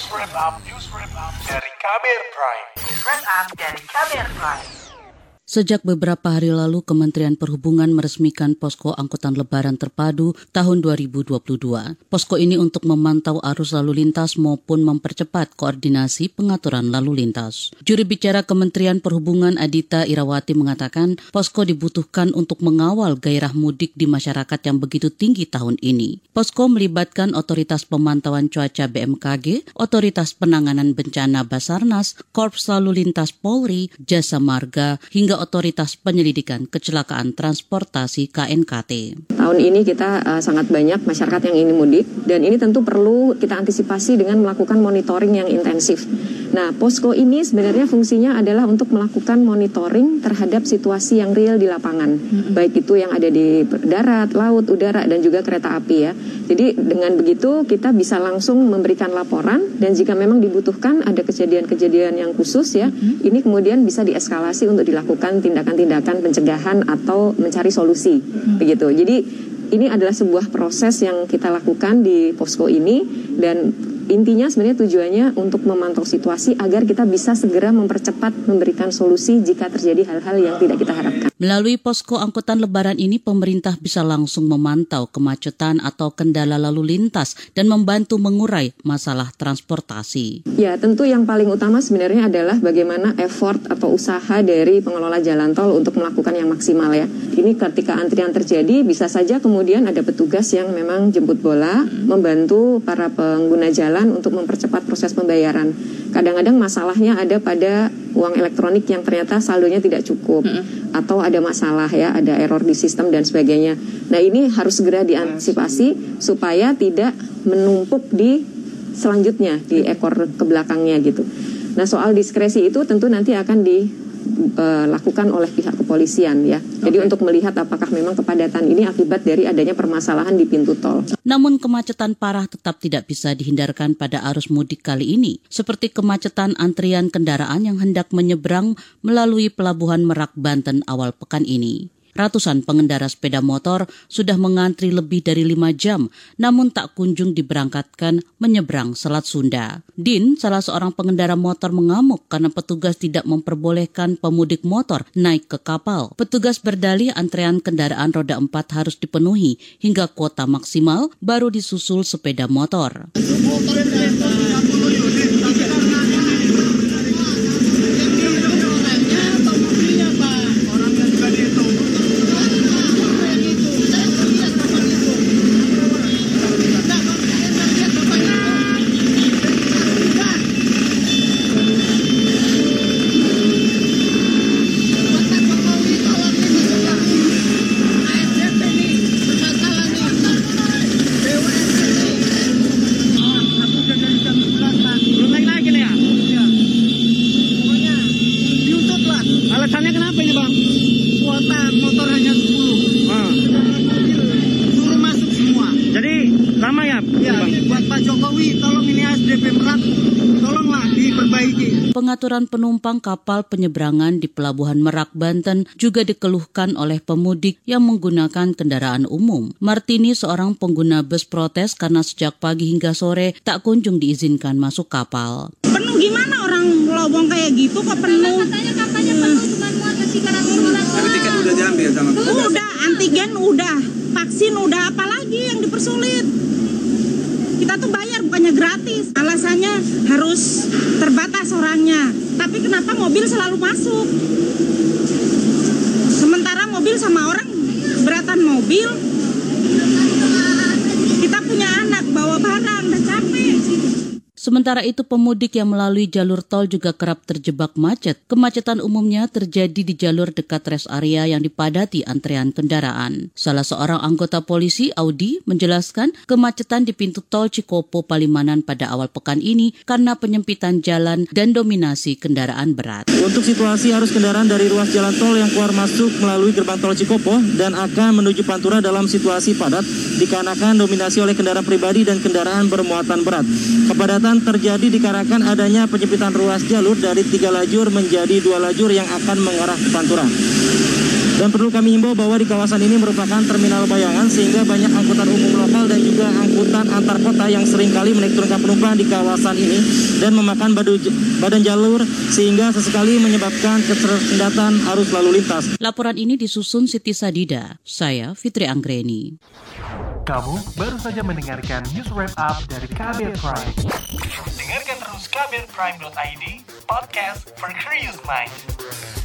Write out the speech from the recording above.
News Wrap Up dari Kamer Prime. Sejak beberapa hari lalu, Kementerian Perhubungan meresmikan Posko Angkutan Lebaran Terpadu tahun 2022. Posko ini untuk memantau arus lalu lintas maupun mempercepat koordinasi pengaturan lalu lintas. Juru bicara Kementerian Perhubungan Adita Irawati mengatakan, posko dibutuhkan untuk mengawal gairah mudik di masyarakat yang begitu tinggi tahun ini. Posko melibatkan Otoritas Pemantauan Cuaca BMKG, Otoritas Penanganan Bencana Basarnas, Korps Lalu Lintas Polri, Jasa Marga, hingga Otoritas Penyelidikan Kecelakaan Transportasi KNKT. Tahun ini kita sangat banyak masyarakat yang ingin mudik dan ini tentu perlu kita antisipasi dengan melakukan monitoring yang intensif. Nah, posko ini sebenarnya fungsinya adalah untuk melakukan monitoring terhadap situasi yang real di lapangan. Baik itu yang ada di darat, laut, udara, dan juga kereta api ya. Jadi dengan begitu kita bisa langsung memberikan laporan dan jika memang dibutuhkan ada kejadian-kejadian yang khusus ya, ini kemudian bisa dieskalasi untuk dilakukan tindakan-tindakan pencegahan atau mencari solusi begitu. Jadi ini adalah sebuah proses yang kita lakukan di posko ini dan intinya sebenarnya tujuannya untuk memantau situasi agar kita bisa segera mempercepat memberikan solusi jika terjadi hal-hal yang tidak kita harapkan. Melalui posko angkutan lebaran ini, pemerintah bisa langsung memantau kemacetan atau kendala lalu lintas dan membantu mengurai masalah transportasi. Ya, tentu yang paling utama sebenarnya adalah bagaimana effort atau usaha dari pengelola jalan tol untuk melakukan yang maksimal ya. Ini ketika antrian terjadi, bisa saja kemudian ada petugas yang memang jemput bola, membantu para pengguna jalan untuk mempercepat proses pembayaran. Kadang-kadang masalahnya ada pada uang elektronik yang ternyata saldonya tidak cukup atau ada masalah ya, ada error di sistem dan sebagainya. Nah, ini harus segera diantisipasi supaya tidak menumpuk di selanjutnya di ekor ke belakangnya gitu. Nah, soal diskresi itu tentu nanti akan dilakukan oleh pihak kepolisian ya. Jadi untuk melihat apakah memang kepadatan ini akibat dari adanya permasalahan di pintu tol. Namun kemacetan parah tetap tidak bisa dihindarkan pada arus mudik kali ini, seperti kemacetan antrian kendaraan yang hendak menyeberang melalui Pelabuhan Merak, Banten awal pekan ini. Ratusan pengendara sepeda motor sudah mengantri lebih dari 5 jam, namun tak kunjung diberangkatkan menyeberang Selat Sunda. Din, salah seorang pengendara motor, mengamuk karena petugas tidak memperbolehkan pemudik motor naik ke kapal. Petugas berdalih antrean kendaraan roda 4 harus dipenuhi hingga kuota maksimal, baru disusul sepeda motor. Alasannya kenapa ini bang? Kuota motor hanya 10. Suruh masuk semua. Jadi lama ya? Ya, buat Pak Jokowi tolong ini SDP Merak, tolonglah diperbaiki. Pengaturan penumpang kapal penyeberangan di Pelabuhan Merak, Banten juga dikeluhkan oleh pemudik yang menggunakan kendaraan umum. Martini, seorang pengguna bus, protes karena sejak pagi hingga sore tak kunjung diizinkan masuk kapal. Penuh gimana orang lowong kayak gitu kok penuh? Katanya penuh cuma muat 300. Tapi tiket udah diambil sama Udah, antigen udah, vaksin udah, apalagi yang dipersulit? Kita tuh bayar bukannya gratis. Alasannya harus terbatas orangnya. Tapi kenapa mobil selalu masuk? Sementara mobil sama orang beratan mobil. Kita punya anak bawa barang, udah capek. Sementara itu, pemudik yang melalui jalur tol juga kerap terjebak macet. Kemacetan umumnya terjadi di jalur dekat rest area yang dipadati antrean kendaraan. Salah seorang anggota polisi, Audi, menjelaskan kemacetan di pintu tol Cikopo Palimanan pada awal pekan ini karena penyempitan jalan dan dominasi kendaraan berat. Untuk situasi arus kendaraan dari ruas jalan tol yang keluar masuk melalui gerbang tol Cikopo dan akan menuju Pantura dalam situasi padat dikarenakan dominasi oleh kendaraan pribadi dan kendaraan bermuatan berat. Kepadatan terjadi dikarenakan adanya penyempitan ruas jalur dari 3 lajur menjadi 2 lajur yang akan mengarah ke Pantura. Dan perlu kami himbau bahwa di kawasan ini merupakan terminal bayangan sehingga banyak angkutan umum lokal dan juga angkutan antar kota yang seringkali menaik turunkan penumpang di kawasan ini dan memakan badan jalur sehingga sesekali menyebabkan ketersendatan arus lalu lintas. Laporan ini disusun Siti Sadida. Saya Fitri Anggreni. Kamu baru saja mendengarkan news wrap up dari KBR Prime. Dengarkan terus kbrprime.id, podcast for curious mind.